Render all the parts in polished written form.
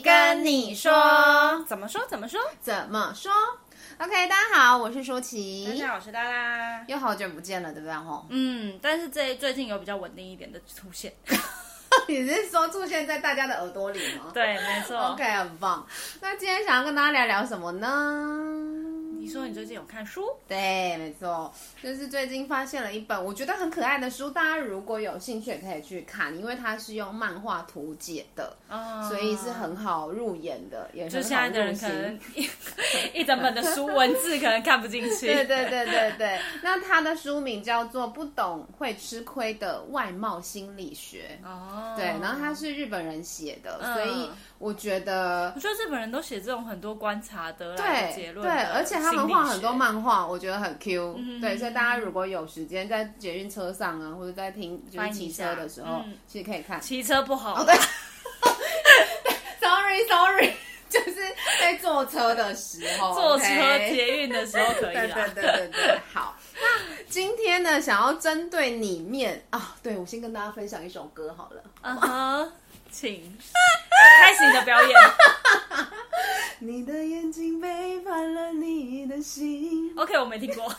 跟你说， 怎么说？怎么说？ 怎么说 ？OK， 大家好，我是舒淇。 大家好，我是拉拉。 又好久不见了，对不对？吼， 但是最近有比较稳定一点的出现。 你是说出现在大家的耳朵里吗？ 对，没错。 OK， 很棒。那今天想要跟大家聊聊什么呢？ 你说你最近有看书？ 对，没错，就是最近发现了一本我觉得很可爱的书，大家如果有兴趣也可以去看，因为它是用漫画图解的，所以是很好入眼的，也很好入心。 就现在的人可能一整本的书文字可能看不进去。 对。那它的书名叫做《不懂会吃亏的外貌心理学》。对，然后它是日本人写的，所以我觉得日本人都写这种很多观察得来的结论。 对，而且他们画很多漫画，我觉得很 Q。对，所以大家如果有时间在捷运车上啊，或者在就是骑车的时候，其实可以看。 骑车不好。 对，sorry， 就是在坐车的时候， 坐车捷运的时候可以啦。 对，好。那今天呢，想要针对里面啊，对，我先跟大家分享一首歌好了。 请开始你的表演。 你的眼睛背叛了你的心。 OK， 我没听过。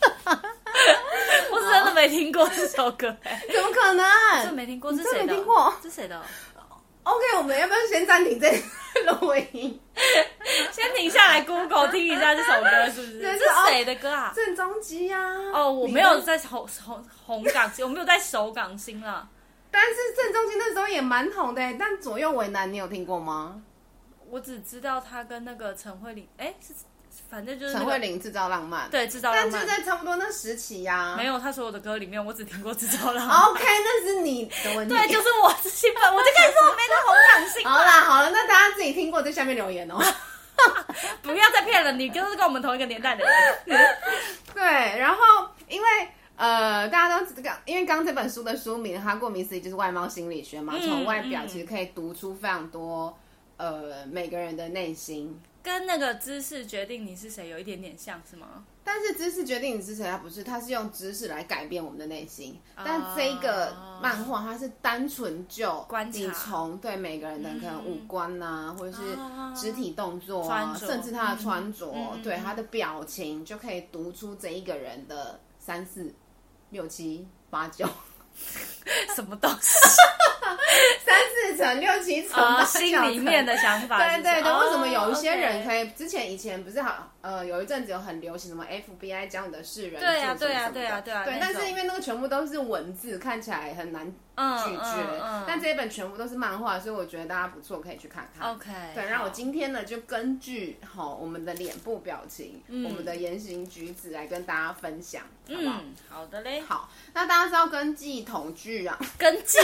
我是真的没听过这首歌。 怎么可能？ 这没听过，是谁的？ 没听过， 是谁的 ？OK， 我们要不要先暂停这录音？ 先停下来 Google 听一下这首歌是不是？这是谁的歌啊？ 郑中基啊。 我没有在红港星，我没有在守港星啦。 但是郑中基那时候也蛮红的，但左右为难你有听过吗？ 我只知道他跟那个陈慧琳，反正就是陈慧琳制造浪漫， 对，制造浪漫， 但就在差不多那时期呀。 没有他所有的歌里面，我只听过制造浪漫。 OK， 那是你的问题。 对，就是我是兴奋，我就跟你说我没在红港星。 好了，那大家自己听过在下面留言哦。 不要再骗了，你就是跟我们同一个年代的人。 对，然后因为大家都知道，因为刚这本书的书名，它顾名思义就是外貌心理学嘛，从外表其实可以读出非常多每个人的内心。 跟那个知识决定你是谁有一点点像是吗？ 但是知识决定你是谁，它不是，它是用知识来改变我们的内心。但这个漫画它是单纯就观察， 你从对每个人的可能五官啊，或者是肢体动作啊，甚至他的穿着，对他的表情，就可以读出这一个人的3、4、6、7、8、9。 什么东西 ？3、4层、6、7层， 心里面的想法。 对，为什么有一些人可以？以前不是有一阵子有很流行什么 FBI 教你的识人， 对啊。 对，但是因为那个全部都是文字，看起来很难咀嚼。但这一本全部都是漫画，所以我觉得大家不错，可以去看看。 OK， 对，然后我今天呢，就根据我们的脸部表情、我们的言行举止来跟大家分享，好不好？ 好的嘞。 好，那大家知道根据统计啊， 根据。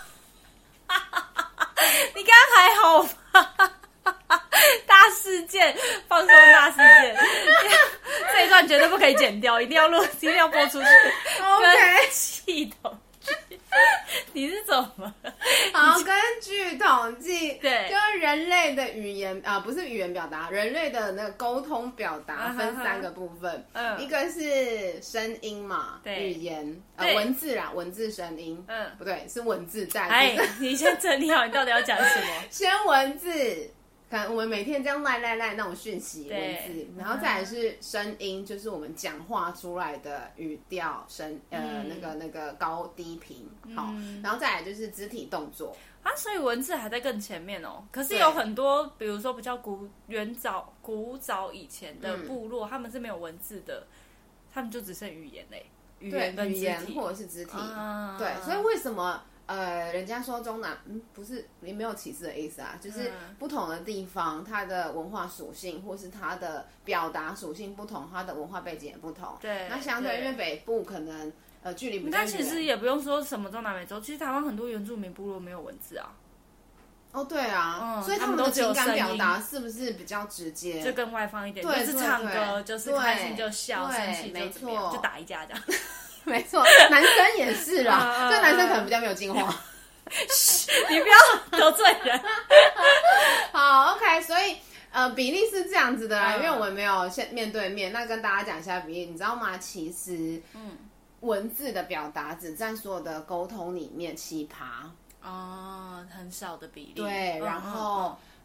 你刚刚还好吧？大事件，放松大事件，这一段绝对不可以剪掉，一定要录，一定要播出去。 OK， 系统剧，你是怎么？ 好，根据统计， 对， 就是人类的语言不是语言表达，人类的那个沟通表达分3个部分，一个是声音嘛，语言，文字啦，文字声音，不对，是文字在。 你先整理好，你到底要讲什么？ 先文字。看我们每天这样赖那种讯息文字，然后再来是声音，就是我们讲话出来的语调声，那个高低频，好，然后再来就是肢体动作所以文字还在更前面哦。可是有很多，比如说比较古早以前的部落，他们是没有文字的，他们就只剩语言嘞，语言跟肢体或者是肢体，对，所以为什么？人家说中南不是也没有歧视的意思啊，就是不同的地方，它的文化属性或是它的表达属性不同，它的文化背景也不同。 对， 那相对因为北部可能距离比较远， 但其实也不用说什么中南美洲，其实台湾很多原住民部落没有文字啊。 对啊，所以他们的情感表达是不是比较直接， 就更外放一点？就是唱歌，就是开心就笑，生气就怎么样，就打一架这样。 没错，男生也是啦，就男生可能比较没有进化。 你不要得罪人。 好 ，OK， 所以比例是这样子的啦，因为我们没有面对面。那跟大家讲一下比例，你知道吗？其实，文字的表达只占所有的沟通里面7%。 很少的比例。 对，然后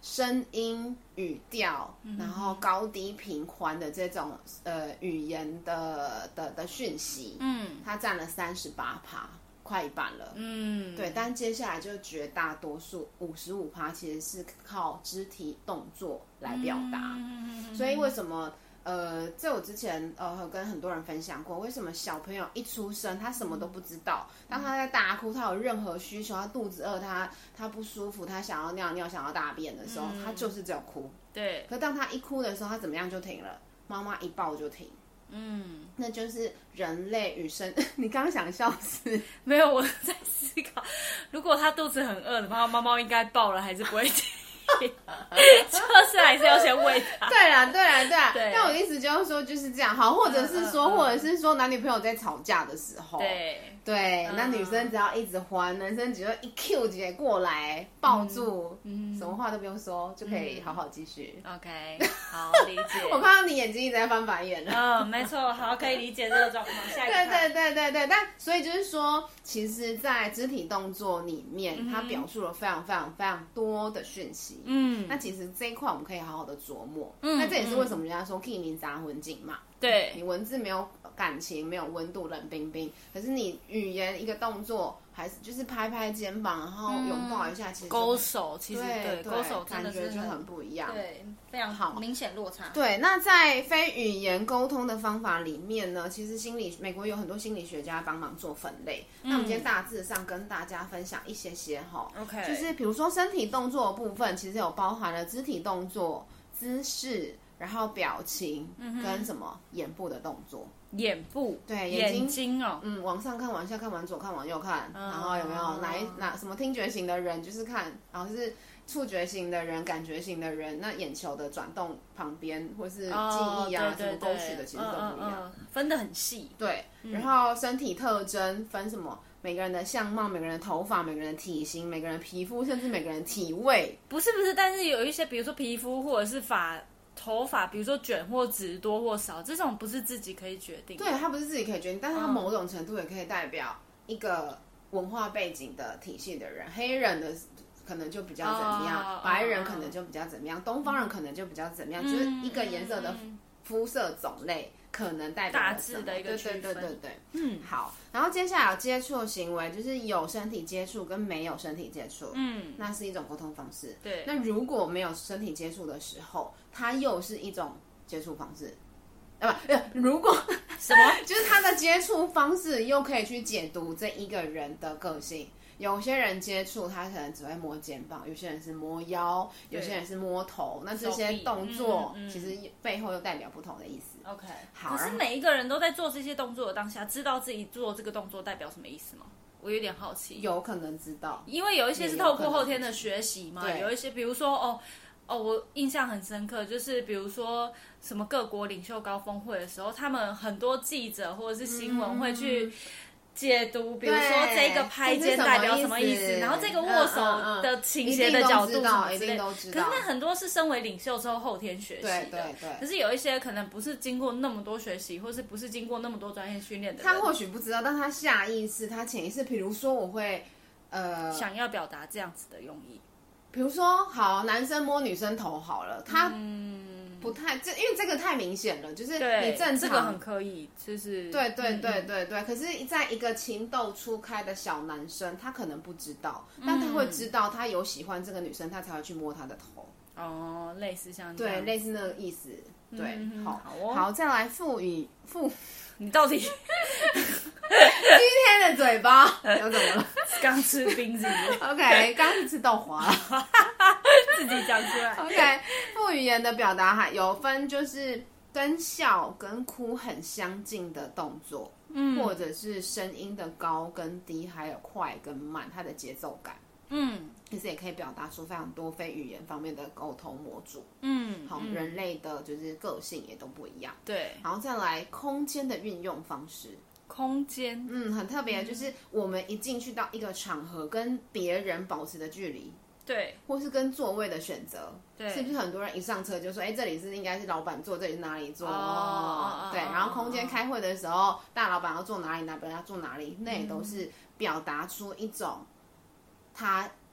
声音、语调，然后高低频宽的这种语言的讯息，它占了38%，快一半了。对，但接下来就绝大多数55%其实是靠肢体动作来表达。所以为什么？这我之前跟很多人分享过，为什么小朋友一出生他什么都不知道，当他在大哭，他有任何需求，他肚子饿，他不舒服，他想要尿尿，想要大便的时候，他就是只有哭。 对。 可当他一哭的时候，他怎么样就停了？妈妈一抱就停。那就是人类与生。你刚刚想笑死？ 没有，我在思考，如果他肚子很饿的话，猫猫应该抱了还是不会停？就是还是要先喂它。 对啦。但我的意思就是说就是这样好，或者是说男女朋友在吵架的时候，对，那女生只要一直欢，男生只要一 Q 姐过来抱住，什么话都不用说，就可以好好继续。 OK， 好理解。 我看到你眼睛一直在翻白眼了。 没错，好，可以理解这个状况。下一个。对，但所以就是说，其实，在肢体动作里面，它表述了非常非常非常多的讯息。那其实这一块我们可以好好的琢磨。那这也是为什么人家说 key 名杂混景嘛。 对， 你文字没有感情，没有温度，冷冰冰，可是你语言一个动作，还是就是拍拍肩膀，然后拥抱一下，其实勾手，其实对勾手感觉就很不一样， 对，非常好，明显落差。 对，那在非语言沟通的方法里面呢，其实美国有很多心理学家帮忙做分类。那我们今天大致上跟大家分享一些 ，OK， 就是比如说身体动作的部分，其实有包含了肢体动作、姿势。然后表情跟什么眼部的动作， 眼部对眼睛哦， 往上看、往下看、往左看、往右看，然后有没有哪什么听觉型的人就是看，然后是触觉型的人、感觉型的人，那眼球的转动旁边或是记忆啊什么勾取的其实都不一样， 分得很细。 对，然后身体特征分什么？每个人的相貌、每个人的头发、每个人的体型、每个人的皮肤，甚至每个人的体味， 不是，但是有一些，比如说皮肤或者是头发，比如说卷或直多或少，这种不是自己可以决定的。 对，它不是自己可以决定，但是它某种程度也可以代表一个文化背景的体系的人。黑人的可能就比较怎么样，白人可能就比较怎么样，东方人可能就比较怎么样，就是一个颜色的肤色种类可能代表大致的一个区分。 对，好。然后接下来有接触行为，就是有身体接触跟没有身体接触，那是一种沟通方式。 对， 那如果没有身体接触的时候，它又是一种接触方式。如果什么， 就是他的接触方式又可以去解读这一个人的个性。有些人接触他可能只会摸肩膀，有些人是摸腰，有些人是摸头，那这些动作其实背后又代表不同的意思。 OK， 好。可是每一个人都在做这些动作的当下，知道自己做这个动作代表什么意思吗？我有点好奇。 有可能知道， 因为有一些是透过后天的学习嘛，有一些比如说我印象很深刻，就是比如说什么各国领袖高峰会的时候，他们很多记者或者是新闻会去解读，比如说这个拍肩代表什么意思，然后这个握手的倾斜的角度什么之类的。可是那很多是身为领袖之后后天学习的， 对。 可是有一些可能不是经过那么多学习，或是不是经过那么多专业训练的人， 他或许不知道，但他下意识、他潜意识，比如说我会想要表达这样子的用意。 比如说，好，男生摸女生头好了，他不太因为这个太明显了，就是你正常这个很可以，就是对。可是，在一个情窦初开的小男生，他可能不知道，但他会知道他有喜欢这个女生，他才会去摸她的头。 类似像这样， 对，类似那个意思。对， 好， 再来你到底今天的嘴巴又怎么了？ 刚吃冰子 ？OK， 刚是吃豆花了， 自己讲出来。 OK， 副语言的表达还有分，就是跟笑跟哭很相近的动作，或者是声音的高跟低，还有快跟慢，它的节奏感。其实也可以表达出非常多非语言方面的沟通模组。好，人类的就是个性也都不一样。 对， 然后再来空间的运用方式。 空间， 很特别，就是我们一进去到一个场合，跟别人保持的距离， 对， 或是跟座位的选择， 对， 是不是很多人一上车就说，这里应该是老板坐，这里是哪里坐？对，然后空间开会的时候，大老板要坐哪里，哪边要坐哪里，那也都是表达出一种他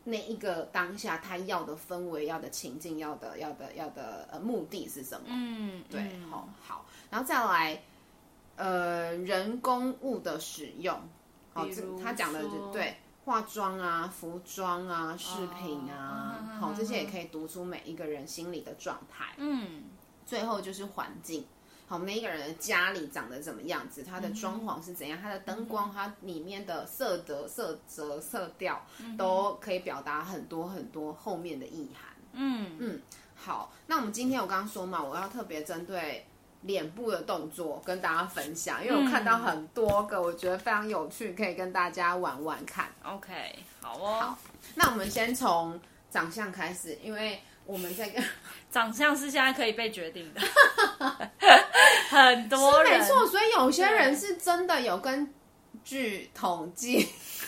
那一个当下他要的氛围、要的情境、要的目的是什么。对，好，然后再来人工物的使用，他讲的就对。化妆啊、服装啊、饰品啊，好，这些也可以读出每一个人心里的状态。最后就是环境，好，每一个人的家里长得怎么样子，它的装潢是怎样，它的灯光，它里面的色泽、色调，都可以表达很多很多后面的意涵。好，那我们今天我刚刚说嘛，我要特别针对脸部的动作跟大家分享，因为我看到很多个我觉得非常有趣，可以跟大家玩玩看。 OK， 好哦。 好，那我们先从长相开始，因为我们这个长相是现在可以被决定的，很多人是没错，所以有些人是真的有根据统计。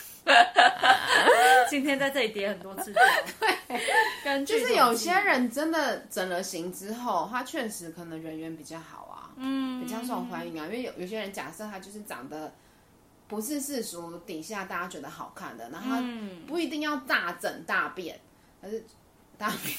今天在这里叠很多字条，对， 就是有些人真的整了形之后，他确实可能人缘比较好啊，比较受欢迎啊。因为有些人假设他就是长得不是世俗底下大家觉得好看的，然后他不一定要大整大变，还是大变。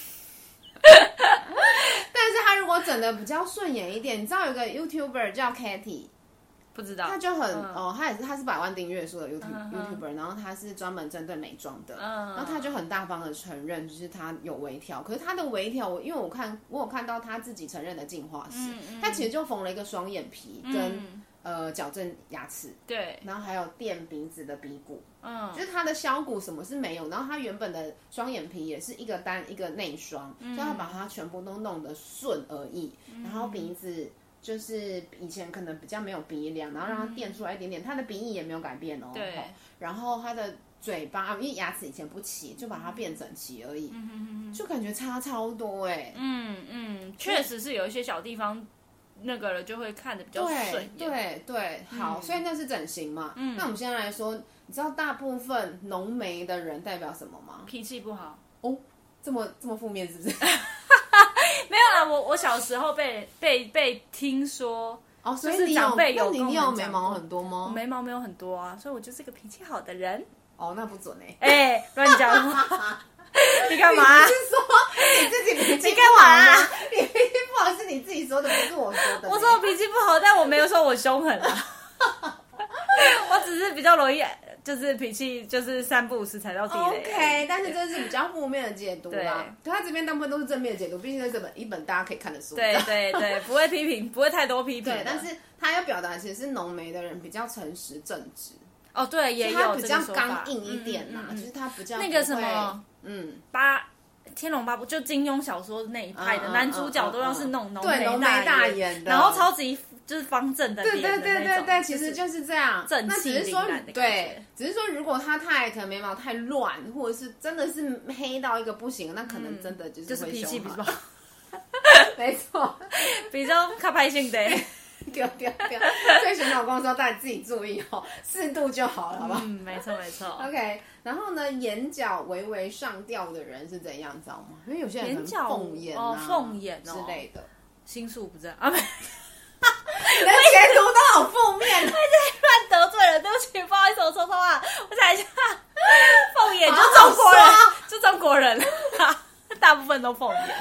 但是他如果整的比较顺眼一点，你知道有个 YouTuber 叫 Katy。 不知道， 他就很他是100万订阅数的 YouTuber，然后他是专门针对美妆的，然后他就很大方的承认，就是他有微调，可是他的微调，因为我有看到他自己承认的进化史，他其实就缝了一个双眼皮跟矫正牙齿， 对， 然后还有垫鼻子的鼻骨，就是他的削骨什么是没有，然后他原本的双眼皮也是一个单一个内双，所以他把它全部都弄得顺而已，然后鼻子。就是以前可能比较没有鼻梁，然后让它垫出来一点点，他的鼻翼也没有改变哦。 对。 然后他的嘴巴，因为牙齿以前不齐，就把它变整齐而已，就感觉差超多哎。 确实是有一些小地方那个了就会看得比较顺眼。 对，好，所以那是整形嘛。那我们现在来说，你知道大部分浓眉的人代表什么吗？ 脾气不好。 哦，这么负面是不是？ 没有啦，我小时候被听说， 所以就是长辈有跟我你有眉毛很多吗？ 我眉毛没有很多啊，所以我就是个脾气好的人。 那不准乱讲话！你干嘛？ 你是说你自己脾气你干嘛啊？ 你脾气不好是你自己说的，不是我说的。 我说我脾气不好，但我没有说我凶狠啊。我只是比较容易。就是脾气，就是3不5时踩到地雷。 OK， 但是这是比较负面的解读啦。对，他这边大部分都是正面的解读，毕竟这是一本大家可以看的书。 对，不会批评，不会太多批评。 对，但是他要表达其实是浓眉的人比较诚实正直。 对，也有他比较刚硬一点啦，就是他比较那个什么，天龙八部就金庸小说那一派的男主角都要是浓眉大眼的，然后超级。就是方正的脸的那种， 对，其实就是这样， 正气凛然的感觉。 只是说如果他可能眉毛太乱，或者是真的是黑到一个不行，那可能真的就是脾气比较好。 没错， 比较卡拍性的。 对，所以选老公的时候，大家自己注意适度就好了，好不好？ 没错。 OK， 然后呢，眼角微微上吊的人是怎样，知道吗？因为有些人很凤眼凤眼之类的， 心术不正啊，没。 你的截图都好负面， 我乱得罪人，对不起，不好意思，我说错话。我想一下，凤眼就中国人，就中国人，大部分都凤眼。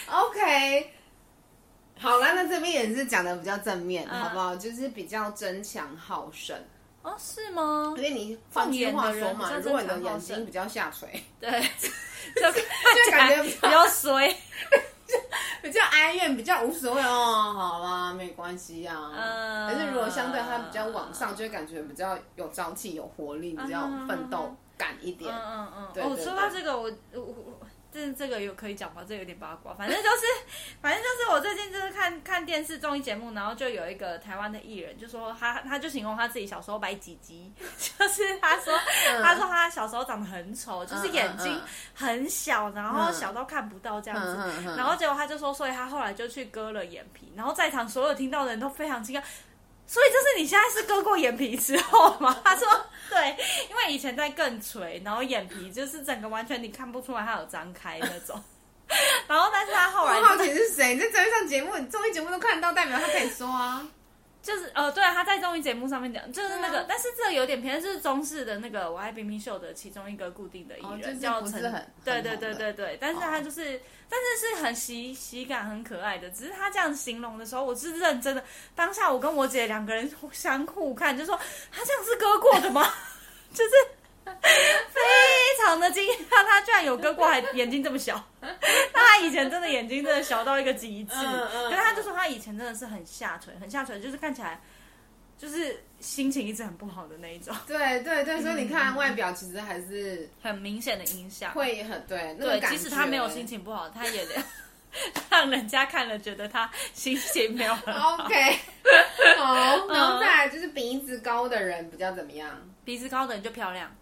OK， 好了，那这边也是讲的比较正面，好不好？就是比较争强好胜。 是吗？ 因为你换句话说嘛，如果你的眼睛比较下垂， 对， 就感觉比较衰。 比较哀怨，比较无所谓好啦，没关系啊。但是如果相对它比较往上，就会感觉比较有朝气、有活力，比较奋斗感一点。对。 说到这个，我这个有可以讲吗？这有点八卦。反正就是我最近就是看电视综艺节目，然后就有一个台湾的艺人就说他就形容他自己小时候白鸡鸡，就是他说他小时候长得很丑，就是眼睛很小，然后小到看不到这样子。然后结果他就说，所以他后来就去割了眼皮，然后在场所有听到的人都非常惊讶。所以就是你现在是割过眼皮之后吗？他说对，因为以前在更垂，然后眼皮就是整个完全你看不出来它有张开那种。然后但是他后来我好奇是谁？你在综艺上节目，你综艺节目都看到，代表他可以说啊。 就是对，他在综艺节目上面讲，就是那个，但是这个有点偏，是中式的那个《我爱冰冰秀》的其中一个固定的艺人，叫陈，对，但是他就是，但是是很喜感很可爱的，只是他这样形容的时候，我是认真的，当下我跟我姐2个人相互看，就说他这样是割过的吗？就是。非常的惊讶，他居然有割过，还眼睛这么小。他以前真的眼睛真的小到一个极致，可是他就说他以前真的是很下垂，就是看起来就是心情一直很不好的那一种。 对，所以你看外表其实还是很明显的影响， 会很对，那个感觉，即使他没有心情不好，他也让人家看了觉得他心情没有很好。 OK， 好，然后再来就是鼻子高的人比较怎么样？ 鼻子高的人就漂亮。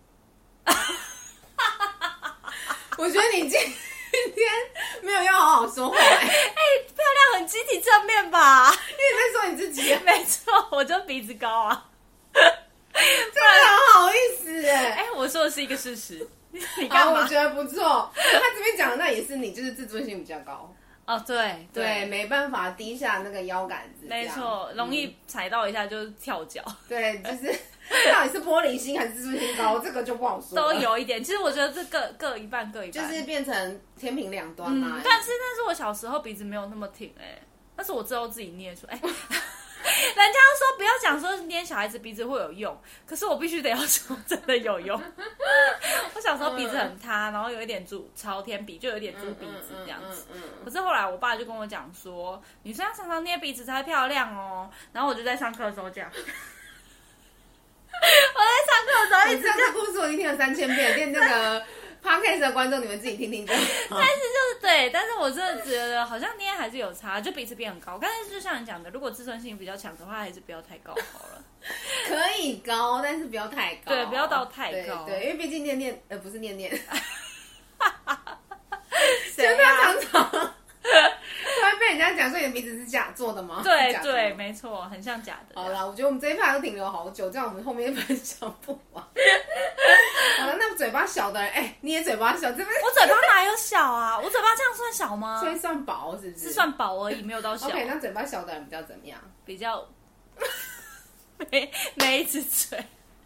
我觉得你今天没有要好好说话。漂亮很集体正面吧？ 因为你在说你自己。 没错，我就鼻子高啊。 真的很好意思我说的是一个事实。你干嘛？ 我觉得不错。他这边讲的那也是你，就是自尊心比较高。 哦，对， 没办法低下那个腰杆子。 没错，容易踩到一下就跳脚。 对，就是到底是玻璃心还是自尊心高，这个就不好说。 都有一点，其实我觉得这各一半， 就是变成天平两端嘛。 但是我小时候鼻子没有那么挺但是我之后自己捏出人家说不要讲说捏小孩子鼻子会有用，可是我必须得要说真的有用。我小时候鼻子很塌，然后有一点朝天鼻，就有点猪鼻子这样子。可是后来我爸就跟我讲说，女生要常常捏鼻子才漂亮哦。然后我就在上课的时候讲，我在上课的时候一直这个故事我已经听了3000遍，连那个。Podcast 的观众，你们自己听听就好。 但是就是对，但是我真的觉得好像捏还是有差，就鼻子变很高。但是就像你讲的，如果自尊心比较强的话，还是不要太高好了。 可以高，但是不要太高。 对，不要到太高。 对，因为毕竟不是念， 谁常常会被人家讲说你的鼻子是假做的吗？ 对，没错，很像假的。 好啦，我觉得我们这一趴都停留好久，这样我们后面分享不完。好了，那嘴巴小的人，你也嘴巴小，这边我嘴巴哪有小啊？我嘴巴这样算小吗？ 所以算薄是不是？ 是算薄而已，没有到小。 OK， 那嘴巴小的人比较怎么样？ 比较没一只嘴，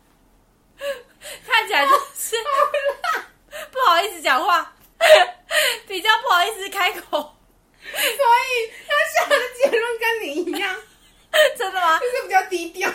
看起来就是不好意思讲话，比较不好意思开口。 所以他下的结论跟你一样。 真的吗？ 就是比较低调。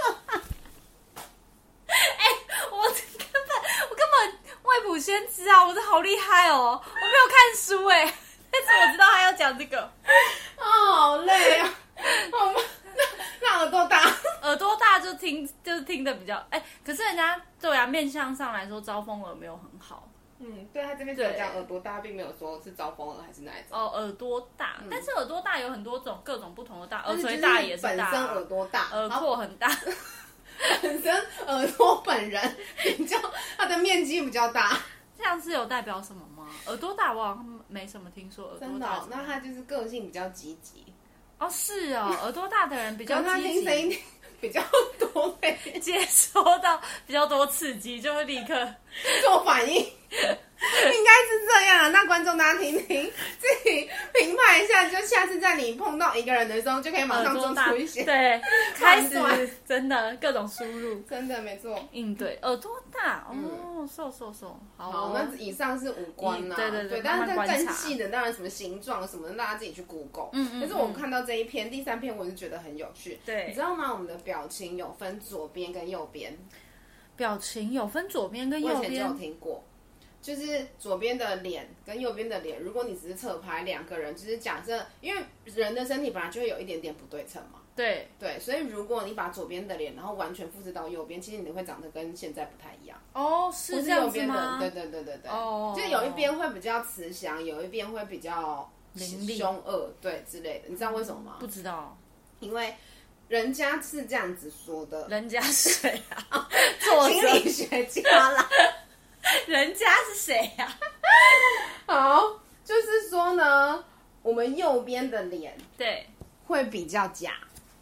我根本未卜先知啊！我这好厉害哦！我没有看书但是我知道他要讲这个。 好累啊！那耳朵大， 耳朵大就是听的比较可是人家对啊，面相上来说招风耳没有很好。 对，他这边只有讲耳朵大，并没有说是招风耳还是哪一种。 耳朵大，但是耳朵大有很多种，各种不同的大，耳垂大也是大， 本身耳朵大， 耳廓很大。 本身耳朵本人比较，它的面积比较大， 这样是有代表什么吗？耳朵大我好像没什么听说耳朵大。 真的那他就是个性比较积极。 是哦，耳朵大的人比较积极， 他听声音比较多被接收到比较多刺激，就会立刻做反应。应该是这样啊，那观众大家听听，自己评判一下，就下次在你碰到一个人的时候，就可以马上做出一些对，开始真的各种输入， 真的没错， 应对耳朵大瘦， 好，那以上是五官啦，对，但是更细的当然什么形状什么的，大家自己去 Google。可是我们看到这一篇第3篇，我是觉得很有趣， 对， 你知道吗？我们的表情有分左边跟右边， 表情有分左边跟右边， 我以前就有听过。就是左边的脸跟右边的脸，如果你只是侧拍2个人，就是假设，因为人的身体本来就会有一点点不对称嘛。 对， 所以如果你把左边的脸，然后完全复制到右边，其实你会长得跟现在不太一样。 是这样子吗？ 对。就有一边会比较慈祥，有一边会比较凶恶，对之类的。你知道为什么吗？ 不知道， 因为人家是这样子说的。 人家是谁啊？ 心理学家啦。 人家是谁呀？ 好，就是说呢，我们右边的脸对会比较假，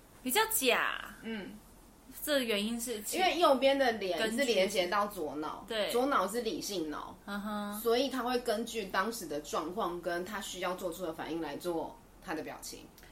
这原因是因为右边的脸是连接到左脑， 对， 左脑是理性脑，所以他会根据当时的状况跟他需要做出的反应来做他的表情。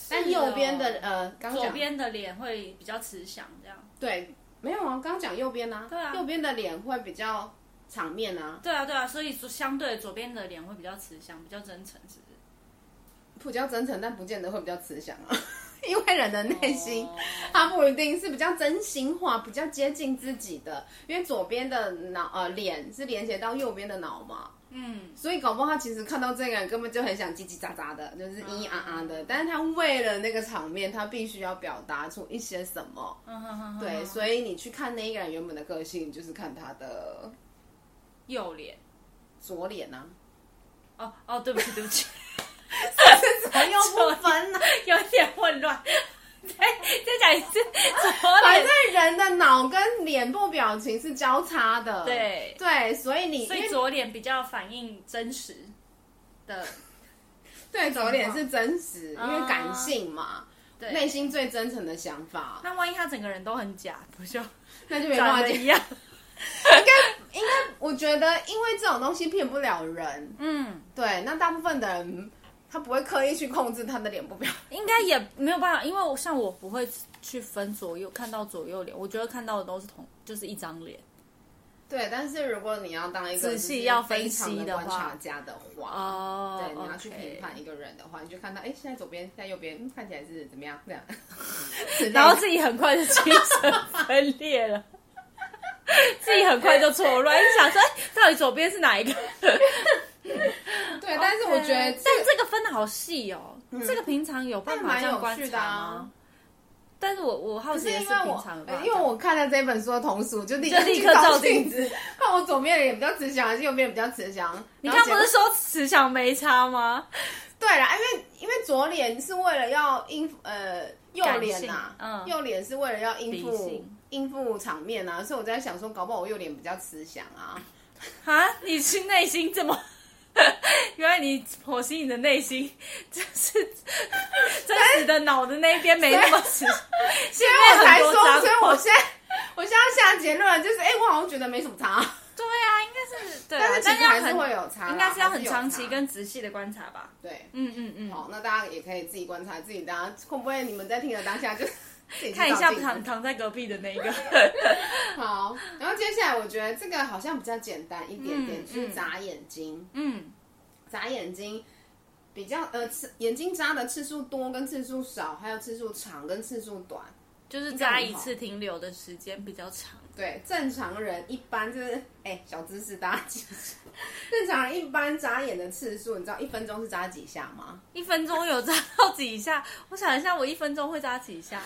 但右边的刚左边的脸会比较慈祥，这样。 对，没有啊，刚讲右边啊， 对啊， 右边的脸会比较场面啊。 对啊，对啊，所以相对左边的脸会比较慈祥，比较真诚，是不是？ 比较真诚，但不见得会比较慈祥啊。因为人的内心，它不一定是比较真心话，比较接近自己的。因为左边的脸是连接到右边的脑嘛，所以搞不好他其实看到这个人根本就很想叽叽喳喳的，就是咿咿啊啊的。但是他为了那个场面，他必须要表达出一些什么。对，所以你去看那一个人原本的个性，就是看他的右脸、 左脸啊。 哦，对不起，对不起。 是左右不分呢、 有点混乱。再讲一次， 反正人的脑跟脸部表情是交叉的， 对， 所以左脸比较反映真实的， 对，左脸是真实，因为感性嘛， 对， 内心最真诚的想法。 那万一他整个人都很假，不就那就没办法一样？ 应该，我觉得因为这种东西骗不了人，对，那大部分的人。他不会刻意去控制他的脸部表情， 应该也没有办法，因为像我不会去分左右，看到左右脸，我觉得看到的都是就是一张脸。 对，但是如果你要当一个仔细要分析的观察家的话，对，你要去 OK 评判一个人的话，你就看到，现在左边，现在右边，看起来是怎么样这样， 然后自己很快就精神分裂了。自己很快就错乱，想说，到底左边是哪一个？ 对，但是我觉得， 但这个分的好细哦。这个平常有办法这样观察吗？但是我好奇的是平常因为我看了这本书的同时，就立刻照镜子， 看我左边的脸比较慈祥，还是右边比较慈祥？ 你刚不是说慈祥没差吗？ 对啦，因为左脸是为了要右脸呐，右脸是为了要应付场面啊，所以我在想说，搞不好我右脸比较慈祥啊。 你是内心这么？原来你剖析你的内心，就是真实的脑的那边没那么慈。 所以我才说，所以我现在要下结论，就是我好像觉得没什么差。 对啊，应该是对， 但是其实还是会有差， 应该是要很长期跟仔细的观察吧。 对，好，那大家也可以自己观察自己，大家会不会你们在听的当下就看一下躺在隔壁的那一个。 好，然后接下来我觉得这个好像比较简单一点点，就是眨眼睛。眨眼睛比较眼睛眨的次数多跟次数少，还有次数长跟次数短， 就是眨一次停留的时间比较长。 对，正常人一般就是小知识大家记住，正常人一般眨眼的次数，你知道1分钟是眨几下吗 ？1分钟有眨到几下？我想一下，我1分钟会眨几下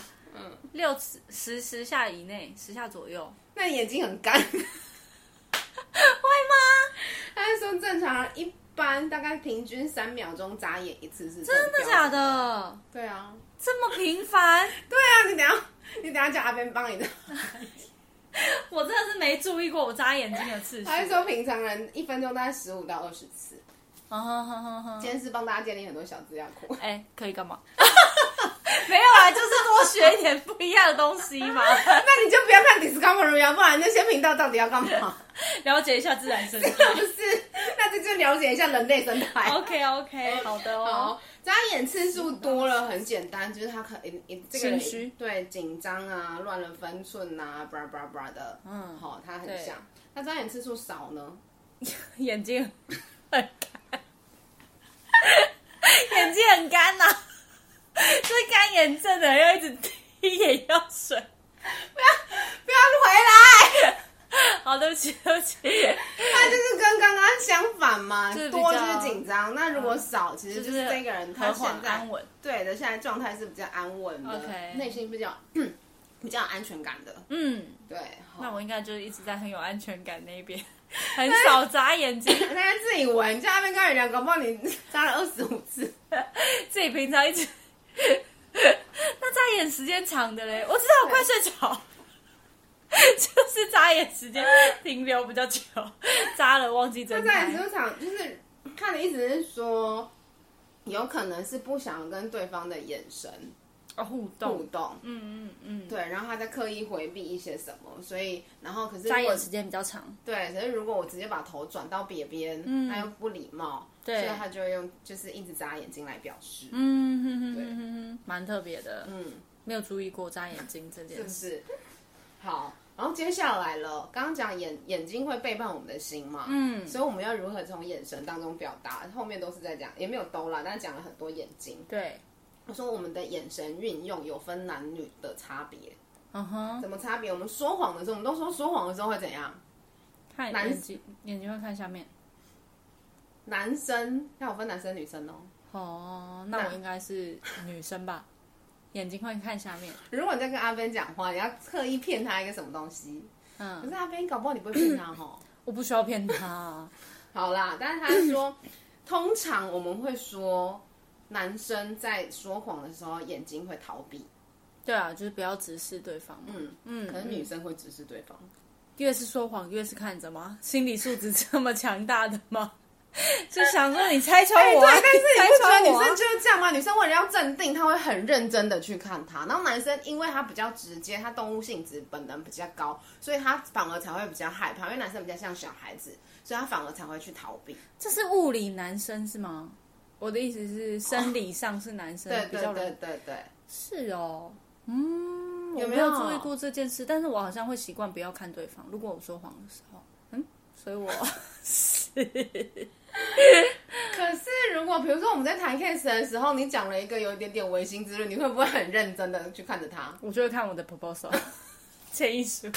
？10下以内，10下左右。 那你眼睛很干，会吗？ 他是说正常人一般大概平均3秒钟眨眼一次是真的假的？ 对啊， 这么频繁？ 对啊，你等一下叫阿边帮你的。 我真的是没注意过我眨眼睛的次数。 他是说平常人1分钟大概15到20次。今天是帮大家建立很多小资料库。 可以干嘛？没有啊，就是多学一点不一样的东西嘛。 那你就不要看 Discovery 啊，不然那些频道到底要干嘛？ 了解一下自然生态。 不是，那这就了解一下人类生态。 OK， 好的哦。 好，眨眼次数多了很简单，就是他这个人心虚， 对，紧张啊，乱了分寸啊，bra bra bra 的，好，他很像。那眨眼次数少呢？ 眼睛很干，眼睛很干呐。是干眼症的人要一直滴眼药水， 不要回来。 好，对不起。 那就是跟刚刚相反嘛，多就是紧张，那如果少，其实就是这个人他现在安稳， 对的，现在状态是比较安稳的，内心比较有安全感的。对。 那我应该就是一直在很有安全感那边，很少眨眼睛。 大家自己闻，叫那边跟你聊，搞不好你眨了25次， 自己平常一直。那眨眼时间长的嘞，我知道我快睡着，就是眨眼时间停留比较久，眨了忘记睁开。 眨眼时间长，就是他的意思是说，有可能是不想跟对方的眼神互动， 对，然后他在刻意回避一些什么，所以然后可是眨眼时间比较长， 对，可是如果我直接把头转到别边，他又不礼貌， 对， 所以他就会用就是一直眨眼睛来表示。 对，蛮特别的。没有注意过眨眼睛这件事， 是不是？好，然后接下来了，刚刚讲眼睛会背叛我们的心嘛，所以我们要如何从眼神当中表达？后面都是在讲，也没有都啦，但讲了很多眼睛。 对， 我说我们的眼神运用有分男女的差别。怎么差别？我们说谎的时候，我们都说说谎的时候会怎样？ 看眼睛会看下面。 男生要有分男生女生哦。 哦，那我应该是女生吧？眼睛会看下面。 如果你在跟阿边讲话，你要刻意骗他一个什么东西，可是阿边搞不好你不会骗他哈。 我不需要骗他。 好啦，但是他说，通常我们会说，男生在说谎的时候眼睛会逃避。 对啊，就是不要直视对方。 可能女生会直视对方。 越是说谎，越是看着吗？心理素质这么强大的吗？就想说你拆穿我啊！ 对，但是你不觉得女生就是这样吗？女生为了要镇定，她会很认真的去看他，然后男生因为他比较直接，他动物性质本能比较高，所以他反而才会比较害怕，因为男生比较像小孩子，所以他反而才会去逃避。 这是物理男生是吗？我的意思是生理上是男生比较对， 是哦，有没有注意过这件事？但是我好像会习惯不要看对方，如果我说谎的时候，所以我是。 可是如果比如说我们在谈 case 的时候，你讲了一个有一点点违心之论，你会不会很认真的去看着他？ 我就会看我的 proposal 建议书。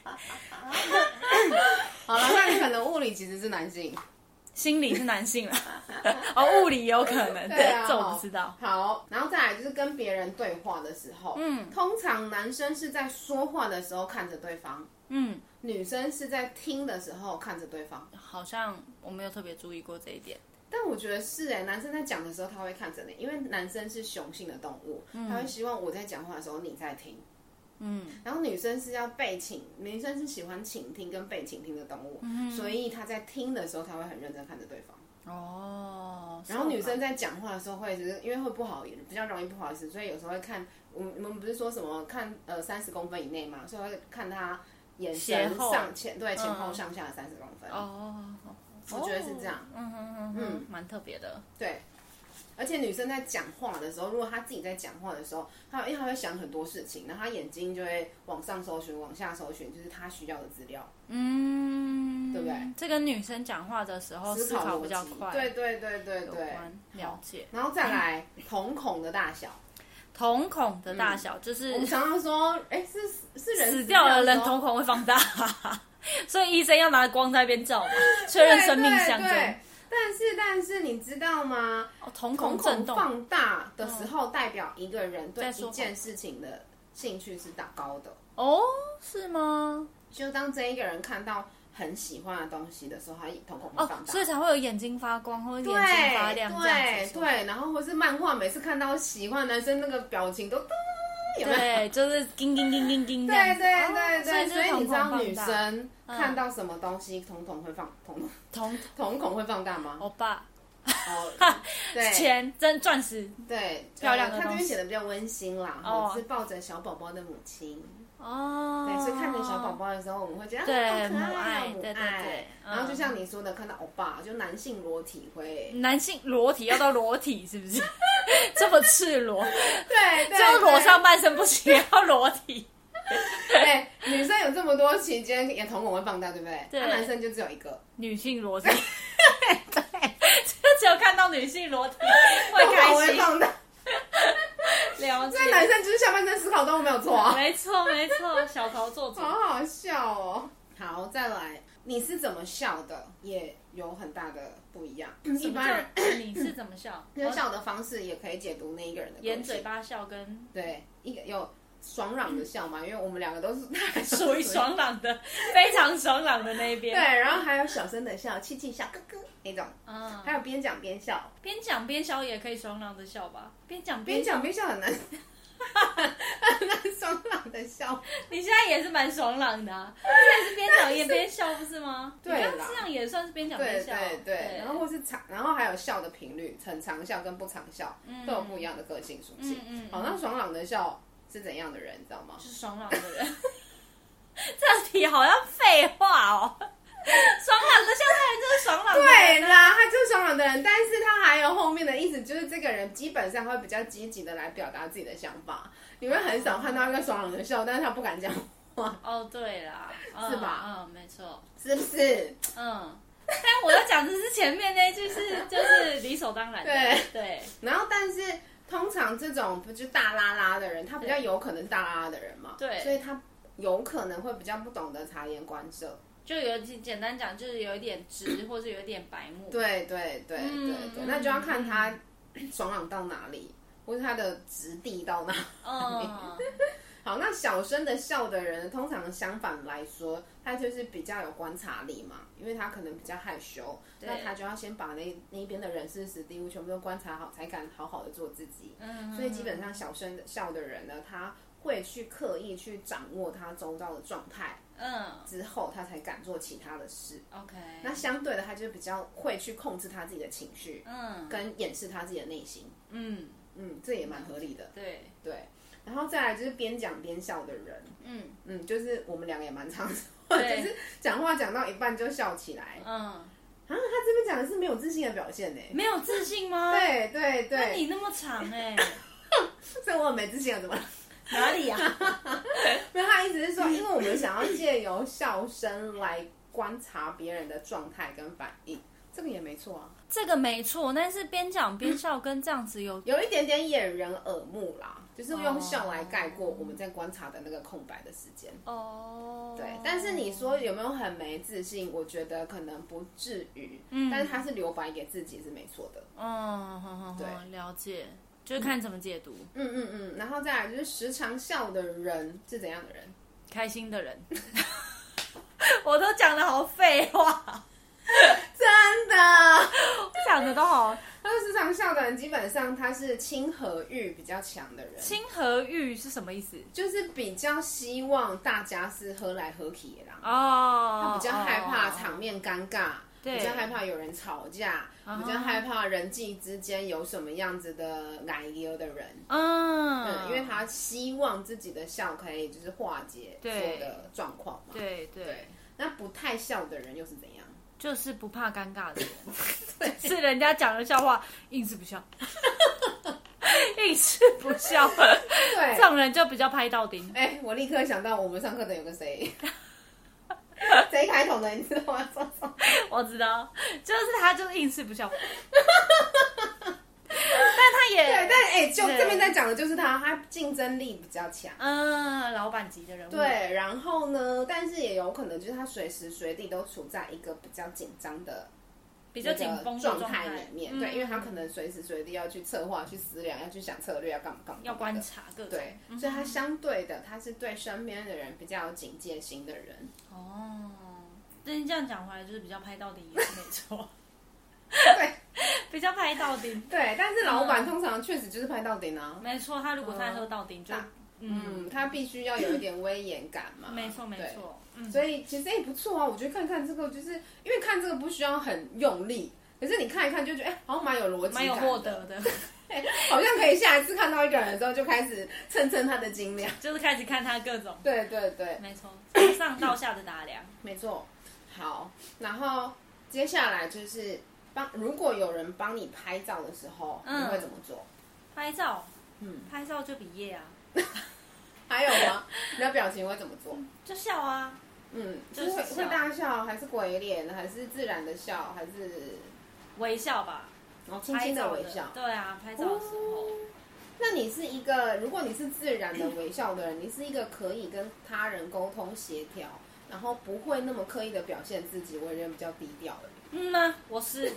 好了，那你可能物理其实是男性， 心理是男性啦。物理有可能， 对啊， 这我不知道。 好，然后再来就是跟别人对话的时候，通常男生是在说话的时候看着对方，女生是在听的时候看着对方。 好像我没有特别注意过这一点， 但我觉得是男生在讲的时候他会看着你，因为男生是雄性的动物，他会希望我在讲话的时候你在听。然后女生是要女生是喜欢倾听跟被倾听的动物，所以她在听的时候，她会很认真看着对方。然后女生在讲话的时候会，就是因为会不好意思，比较容易不好意思，所以有时候会看，我们不是说什么看30公分以内嘛，所以会看她眼神前后上下的30公分。我觉得是这样。 蛮特别的。 对。而且女生在讲话的时候，如果她自己在讲话的时候，因为她会想很多事情，然后她眼睛就会往上搜寻、往下搜寻，就是她需要的资料。对不对？ 这跟女生讲话的时候思考比较快。 对， 了解。 然后再来瞳孔的大小。 瞳孔的大小就是我们常常说，是人死掉的人瞳孔会放大，所以医生要拿光在那边照嘛，确认生命象征。 但是你知道吗？ 瞳孔震动放大的时候，代表一个人对一件事情的兴趣是打高的。 是吗？ 就当这一个人看到很喜欢的东西的时候，他瞳孔会放大， 所以才会有眼睛发光或者眼睛发亮这样子。 对，然后或是漫画，每次看到喜欢的男生那个表情都对，就是叮叮叮叮叮这样子。 对，所以你知道女生看到什么东西瞳孔会放大吗？ 欧巴。 对， 钱钻石， 对， 漂亮的东西。 他这边写的比较温馨啦，是抱着小宝宝的母亲。对，所以看着小宝宝的时候，我们会觉得对母爱， 对。 然后就像你说的，看到欧巴，就男性裸体会， 男性裸体要到裸体是不是？这么赤裸？ 对， 就裸上半身不行，要裸体。 对，女生有这么多期间，也瞳孔会放大，对不对？ 对， 男生就只有一个女性裸体。对，就只有看到女性裸体会开心。 放大。 了解。 所以男生就是下半身思考都没有错啊。 没错，小桃做主。 好好笑哦。好，再来，你是怎么笑的，也有很大的不一样。一般人你是怎么笑？ 笑的方式也可以解读那一个人的掩嘴巴笑跟对一个有爽朗的笑嘛，因为我们两个都是属于爽朗的，非常爽朗的那一边。 对，然后还有小声的笑，气气笑，咯咯那种。还有边讲边笑， 边讲边笑也可以爽朗的笑吧？边讲边笑很难，很难爽朗的笑。 你现在也是蛮爽朗的啊，这也是边讲也边笑，不是吗？ 对啦， 这样也算是边讲边笑。 对，然后或是然后还有笑的频率，很长笑跟不长笑，都有不一样的个性属性。好，那爽朗的笑是怎样的人，你知道吗？ 是爽朗的人。这题好像废话哦。爽朗的笑当然就是爽朗的对啦，他就是爽朗的人，但是他还有后面的意思，就是这个人基本上会比较积极的来表达自己的想法。你会很少看到一个爽朗的笑，但是他不敢讲话。 哦，对啦， 是吧？ 嗯，没错， 是不是？ 但我要讲的是前面那一句就是理所当然的。对。 然后，但是通常这种不就大拉拉的人，他比较有可能是大拉拉的人嘛。 对。 所以他有可能会比较不懂得察言观色。 就有简单讲，就是有一点直，或是有一点白目。 对，那就要看他爽朗到哪里，或是他的质地到哪里。好，那小声的笑的人，通常相反来说，他就是比较有观察力嘛，因为他可能比较害羞，那他就要先把那一边的人事时地物全部都观察好，才敢好好的做自己。所以基本上小声的笑的人呢，他会去刻意去掌握他周遭的状态，之后他才敢做其他的事。 OK， 那相对的，他就比较会去控制他自己的情绪，跟掩饰他自己的内心。这也蛮合理的。对。然后再来就是边讲边笑的人，就是我们两个也蛮常说，就是讲话讲到一半就笑起来。他这边讲的是没有自信的表现呢。 没有自信吗？ 对。 那你那么长所以我很没自信了，怎么了？ 哪里啊？ 没有，他意思是说，因为我们想要借由笑声来观察别人的状态跟反应，这个也没错啊。 这个没错，但是边讲边笑跟这样子有一点点掩人耳目啦，就是用笑来盖过我们在观察的那个空白的时间。对。但是你说有没有很没自信？我觉得可能不至于，但是他是留白给自己是没错的。 对，了解，就是看怎么解读。 然后再来就是时常笑的人是怎样的人？ 开心的人。我都讲的好废话。 真的， 讲的都好。 他说时常笑的人，基本上他是亲和欲比较强的人。 亲和欲是什么意思？ 就是比较希望大家是和来和去的啦。他比较害怕场面尴尬，比较害怕有人吵架，比较害怕人际之间有什么样子的奶油的人。因为他希望自己的笑可以就是化解所有的状况嘛。对。那不太笑的人又是怎样？ 就是不怕尴尬的人，是人家讲的笑话硬是不笑，硬是不笑， 对， 这种人就比较拍到钉。 我立刻想到我们上课的有个谁开头的，你知道吗？ 我知道，就是他，就是硬是不笑。但他也对，但就这边在讲的就是他竞争力比较强， 老板级的人物。 对，然后呢，但是也有可能就是他随时随地都处在一个比较紧张的、 比较紧绷的状态里面。对，因为他可能随时随地要去策划、去思量、要去想策略，要干嘛， 要观察各种。 对，所以他相对的，他是对身边的人比较有警戒心的人。 但是这样讲回来，就是比较拍到底也是没错。 对， 比较拍到顶。 对，但是老板通常确实就是拍到顶啊。 没错，他如果太喝到顶就， 他必须要有一点威严感嘛。 没错。 所以其实也不错啊，我觉得看这个，就是因为看这个不需要很用力，可是你看一看就觉得，好像蛮有逻辑感的， 蛮有获得的。 好像可以下一次看到一个人的时候就开始称他的斤两， 就是开始看他各种。 对， 没错，从上到下的打量。 没错。好，然后接下来就是。如果有人帮你拍照的时候，你会怎么做？ 拍照，拍照就比耶啊。 还有吗？你的表情会怎么做？ 就笑啊。 就是会大笑，还是鬼脸，还是自然的笑，还是微笑吧？ 然后轻轻的微笑。 对啊，拍照的时候。 那你是一个，如果你是自然的微笑的人，你是一个可以跟他人沟通协调，然后不会那么刻意的表现自己，为人比较低调的人。 我是，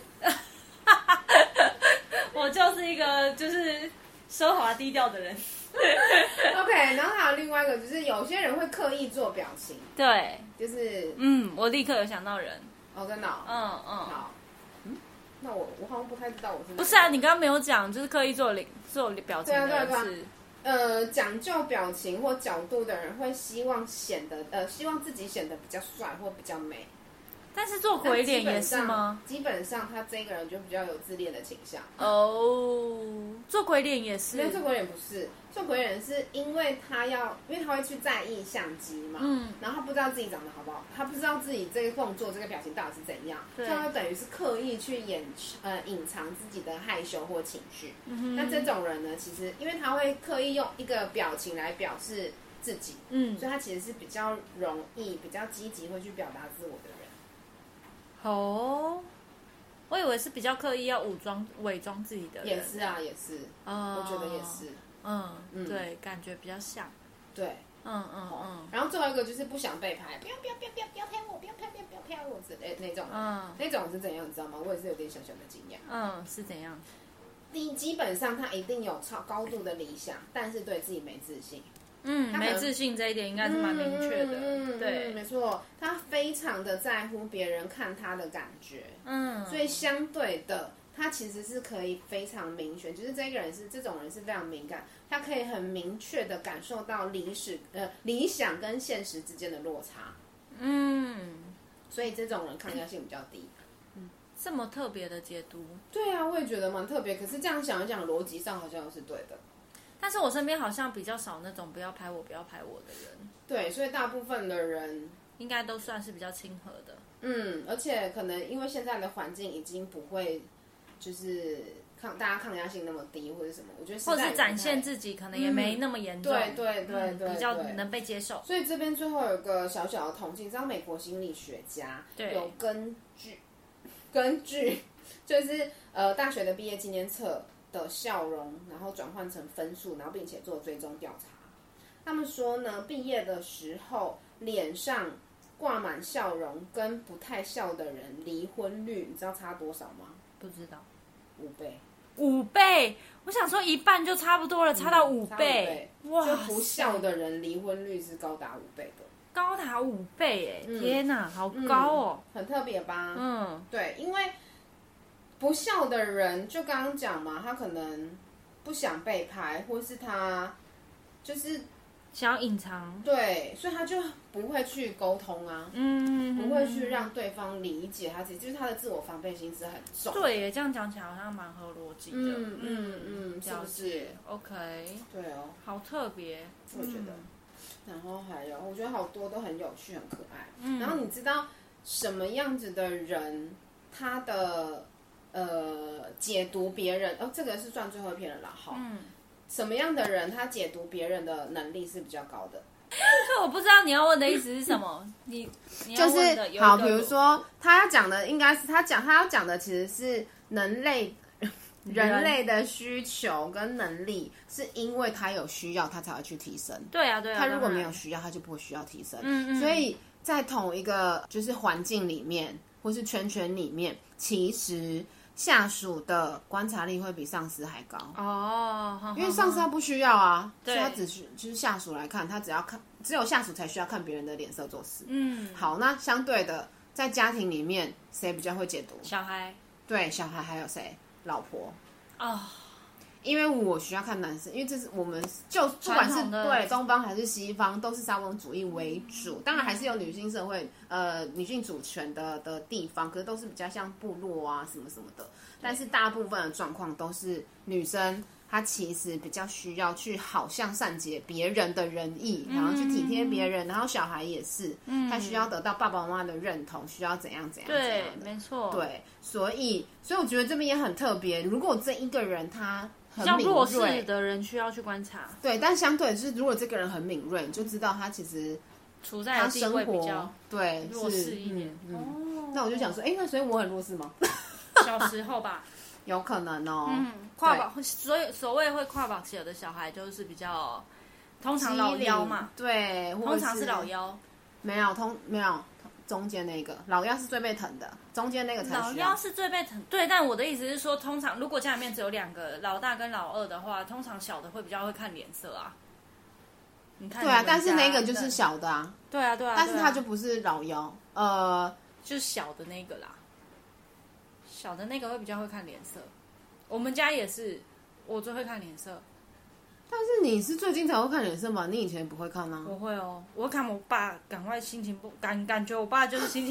我就是一个就是奢华低调的人。 OK， 然后还有另外一个，就是有些人会刻意做表情。 对， 就是我立刻有想到人。 真的。好。那我好像不太知道我是。 不是啊，你刚刚没有讲，就是刻意做表情的人是。 讲究表情或角度的人会希望自己显得比较帅或比较美。 但是做鬼脸也是吗？ 基本上他这个人就比较有自恋的倾向。 做鬼脸也是？ 没有，做鬼脸不是，做鬼脸是因为他会去在意相机嘛，然后他不知道自己长得好不好，他不知道自己这个动作、这个表情到底是怎样，所以他等于是刻意去隐藏自己的害羞或情绪。那这种人呢，其实因为他会刻意用一个表情来表示自己，所以他其实是比较容易、比较积极会去表达自我的人。 我以为是比较刻意要伪装自己的人。 也是啊，也是，我觉得也是。 对，感觉比较像。 对，然后最后一个就是不想被拍，不要拍我，不要拍我之类那种。那种是怎样，你知道吗？我也是有点小小的经验。 是怎样？ 基本上他一定有超高度的理想，但是对自己没自信。 没自信这一点应该是蛮明确的。对， 没错，他非常的在乎别人看他的感觉。所以相对的，他其实是可以非常明确，就是这种人是非常敏感，他可以很明确的感受到理想跟现实之间的落差。所以这种人抗压性比较低。 这么特别的解读？ 对啊，我也觉得蛮特别。可是这样想一想，逻辑上好像又是对的。 但是我身边好像比较少那种不要拍我的人。对， 所以大部分的人应该都算是比较亲和的。 而且可能因为现在的环境已经不会就是大家抗压性那么低或者什么，我觉得或者是展现自己可能也没那么严重。 对， 比较能被接受。 所以这边最后有个小小的统计，你知道美国心理学家有根据就是大学的毕业纪念册的笑容，然后转换成分数，然后并且做追踪调查。他们说呢，毕业的时候脸上挂满笑容跟不太笑的人，离婚率你知道差多少吗？ 不知道 ，5倍。 5倍？我想说一半就差不多了，差到5倍。 哇！就不笑的人离婚率是高达5倍的。 高达5倍哎！天哪，好高哦！ 很特别吧？对，因为不笑的人，就刚刚讲嘛，他可能不想被拍，或是他就是想要隐藏， 对，所以他就不会去沟通啊，不会去让对方理解他自己，就是他的自我防备心是很重。 对耶，这样讲起来好像蛮合逻辑的。 是不是 ？OK， 对哦， 好特别， 我觉得。然后还有，我觉得好多都很有趣、很可爱。然后你知道什么样子的人，他的解读别人，这个是算最后一篇了啦。好，什么样的人他解读别人的能力是比较高的？ 可我不知道你要问的意思是什么。你就是好，比如说他要讲的应该是他要讲的其实是人类的需求跟能力，是因为他有需要，他才会去提升。 对啊， 他如果没有需要，他就不会需要提升。所以在同一个就是环境里面，或是圈里面，其实下属的观察力会比上司还高因为上司他不需要啊，所以他就是下属来看，他只有下属才需要看别人的脸色做事。好，那相对的，在家庭里面，谁比较会解读？ 小孩。 对，小孩还有谁？老婆。因为我需要看男生，因为这是我们不管是对东方还是西方，都是沙文主义为主。当然还是有女性社会、女性主权的地方，可是都是比较像部落啊什么什么的。但是大部分的状况都是女生，她其实比较需要去好像善解别人的人意，然后去体贴别人。然后小孩也是，他需要得到爸爸妈妈的认同，需要怎样怎样怎样的。 对，没错。 对，所以我觉得这边也很特别。如果这一个人他比较弱势的人需要去观察， 对，但相对就是如果这个人很敏锐，你就知道他其实处在地位比较对弱势一点。 那我就想说，那所以我很弱势吗？ 小时候吧， 有可能哦。 跨榜，所谓会跨榜期有的小孩就是比较，通常老幺嘛， 对， 通常是老幺， 没有中间那个老幺是最被疼的，中间那个才需要。 老幺是最被疼，对，但我的意思是说，通常如果家里面只有2个，老大跟老二的话，通常小的会比较会看脸色啊。你看， 对啊，但是那个就是小的啊。 对啊， 但是他就不是老幺， 就是小的那个啦，小的那个会比较会看脸色。我们家也是，我最会看脸色。 但是你是最近才会看脸色吗？你以前不会看吗？ 我会哦，我看我爸赶快心情不感觉我爸就是心情不好，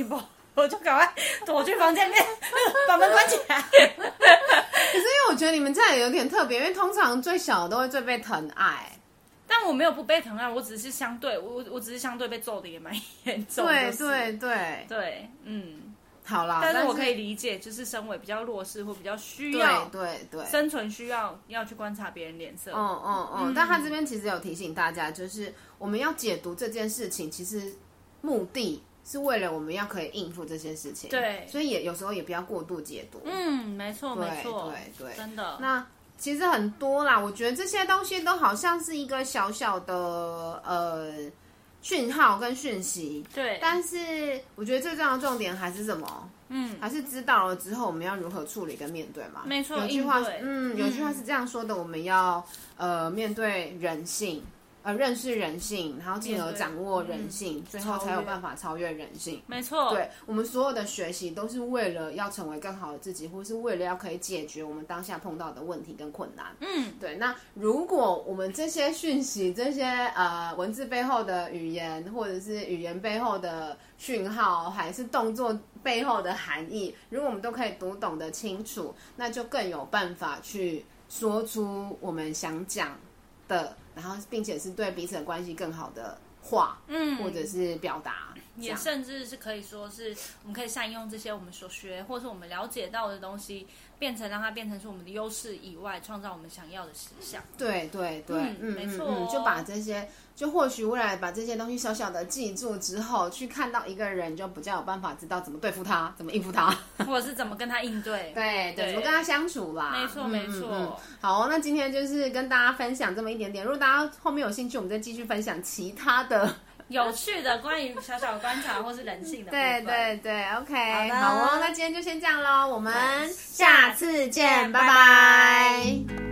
我就赶快躲去房间里面，把门关起来。 可是因为我觉得你们家也有点特别，因为通常最小的都会最被疼爱。 但我没有不被疼爱，我只是相对，我只是相对被揍的也蛮严重的。 对， 好啦，但是我可以理解，就是身为比较弱势或比较需要对生存需要去观察别人脸色。 但他这边其实有提醒大家，就是我们要解读这件事情，其实目的是为了我们要可以应付这些事情。 对， 所以也有时候也不要过度解读。 没错， 对， 真的。 那其实很多啦，我觉得这些东西都好像是一个小小的讯号跟讯息。 对， 但是我觉得最重要的重点还是什么？还是知道了之后我们要如何处理跟面对嘛。 没错， 有句话是这样说的，我们要面对人性。认识人性，然后进而掌握人性，最后才有办法超越人性。 没错， 对，我们所有的学习都是为了要成为更好的自己，或是为了要可以解决我们当下碰到的问题跟困难。对。那如果我们这些讯息、这些文字背后的语言，或者是语言背后的讯号，还是动作背后的含义，如果我们都可以读懂得清楚，那就更有办法去说出我们想讲的，然后并且是对彼此的关系更好的话，或者是表达， 也甚至是可以说是我们可以善用这些我们所学或是我们了解到的东西，让它变成是我们的优势以外，创造我们想要的实相。 对， 没错， 就把这些，就或许未来把这些东西小小的记住之后，去看到一个人，就比较有办法知道怎么对付他，怎么应付他， 或者是怎么跟他应对。 对，怎么跟他相处啦。 没错。 好，那今天就是跟大家分享这么一点点。如果大家后面有兴趣，我们再继续分享其他的有趣的关于小小的观察或是人性的部分。 对 OK， 好哦，那今天就先这样咯，我们下次见，拜拜。